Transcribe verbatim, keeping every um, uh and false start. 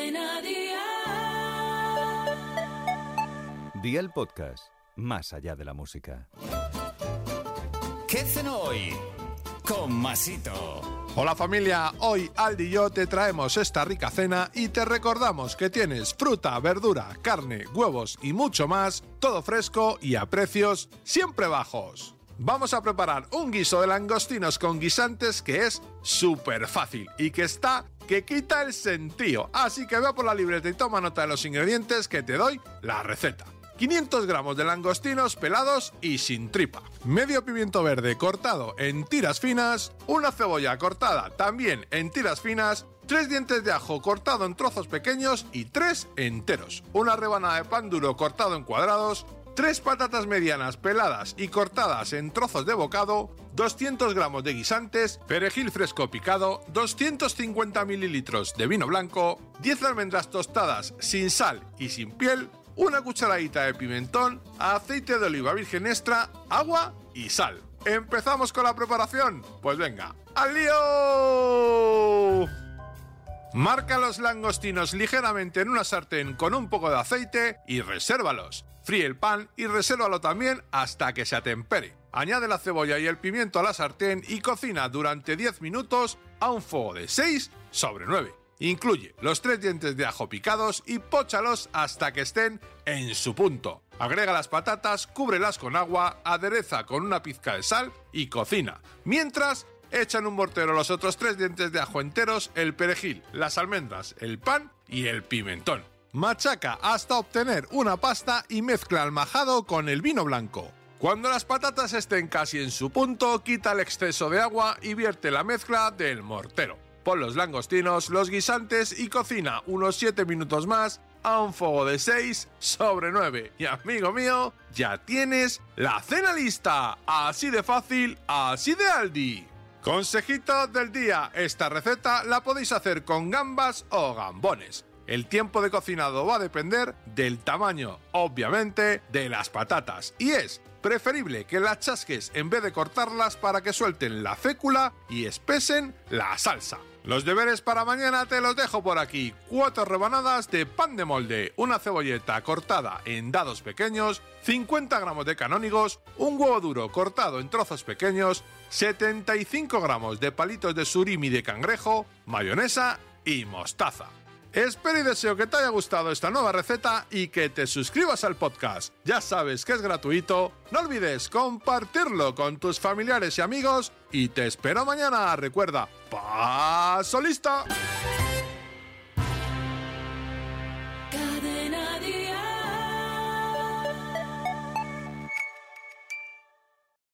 Cadena Dial. Dial Podcast, más allá de la música. ¿Qué cenó hoy? Con Masito. Hola familia, hoy Aldi y yo te traemos esta rica cena y te recordamos que tienes fruta, verdura, carne, huevos y mucho más, todo fresco y a precios siempre bajos. Vamos a preparar un guiso de langostinos con guisantes que es súper fácil y que está que quita el sentido, así que ve por la libreta y toma nota de los ingredientes que te doy la receta. quinientos gramos de langostinos pelados y sin tripa, medio pimiento verde cortado en tiras finas, una cebolla cortada también en tiras finas, tres dientes de ajo cortado en trozos pequeños y tres enteros, una rebanada de pan duro cortado en cuadrados, tres patatas medianas peladas y cortadas en trozos de bocado, doscientos gramos de guisantes, perejil fresco picado, doscientos cincuenta mililitros de vino blanco, diez almendras tostadas sin sal y sin piel, una cucharadita de pimentón, aceite de oliva virgen extra, agua y sal. ¿Empezamos con la preparación? Pues venga, ¡al lío! Marca los langostinos ligeramente en una sartén con un poco de aceite y resérvalos. Fríe el pan y resérvalo también hasta que se atempere. Añade la cebolla y el pimiento a la sartén y cocina durante diez minutos a un fuego de seis sobre nueve. Incluye los tres dientes de ajo picados y póchalos hasta que estén en su punto. Agrega las patatas, cúbrelas con agua, adereza con una pizca de sal y cocina. Mientras, echa en un mortero los otros tres dientes de ajo enteros, el perejil, las almendras, el pan y el pimentón. Machaca hasta obtener una pasta y mezcla el majado con el vino blanco. Cuando las patatas estén casi en su punto, quita el exceso de agua y vierte la mezcla del mortero. Pon los langostinos, los guisantes y cocina unos siete minutos más a un fuego de seis sobre nueve. Y amigo mío, ya tienes la cena lista. Así de fácil, así de Aldi. Consejito del día, esta receta la podéis hacer con gambas o gambones. El tiempo de cocinado va a depender del tamaño, obviamente, de las patatas. Y es preferible que las chasques en vez de cortarlas para que suelten la fécula y espesen la salsa. Los deberes para mañana te los dejo por aquí. Cuatro rebanadas de pan de molde, una cebolleta cortada en dados pequeños, cincuenta gramos de canónigos, un huevo duro cortado en trozos pequeños, setenta y cinco gramos de palitos de surimi de cangrejo, mayonesa y mostaza. Espero y deseo que te haya gustado esta nueva receta y que te suscribas al podcast. Ya sabes que es gratuito. No olvides compartirlo con tus familiares y amigos y te espero mañana. Recuerda, ¡paso lista! Cadena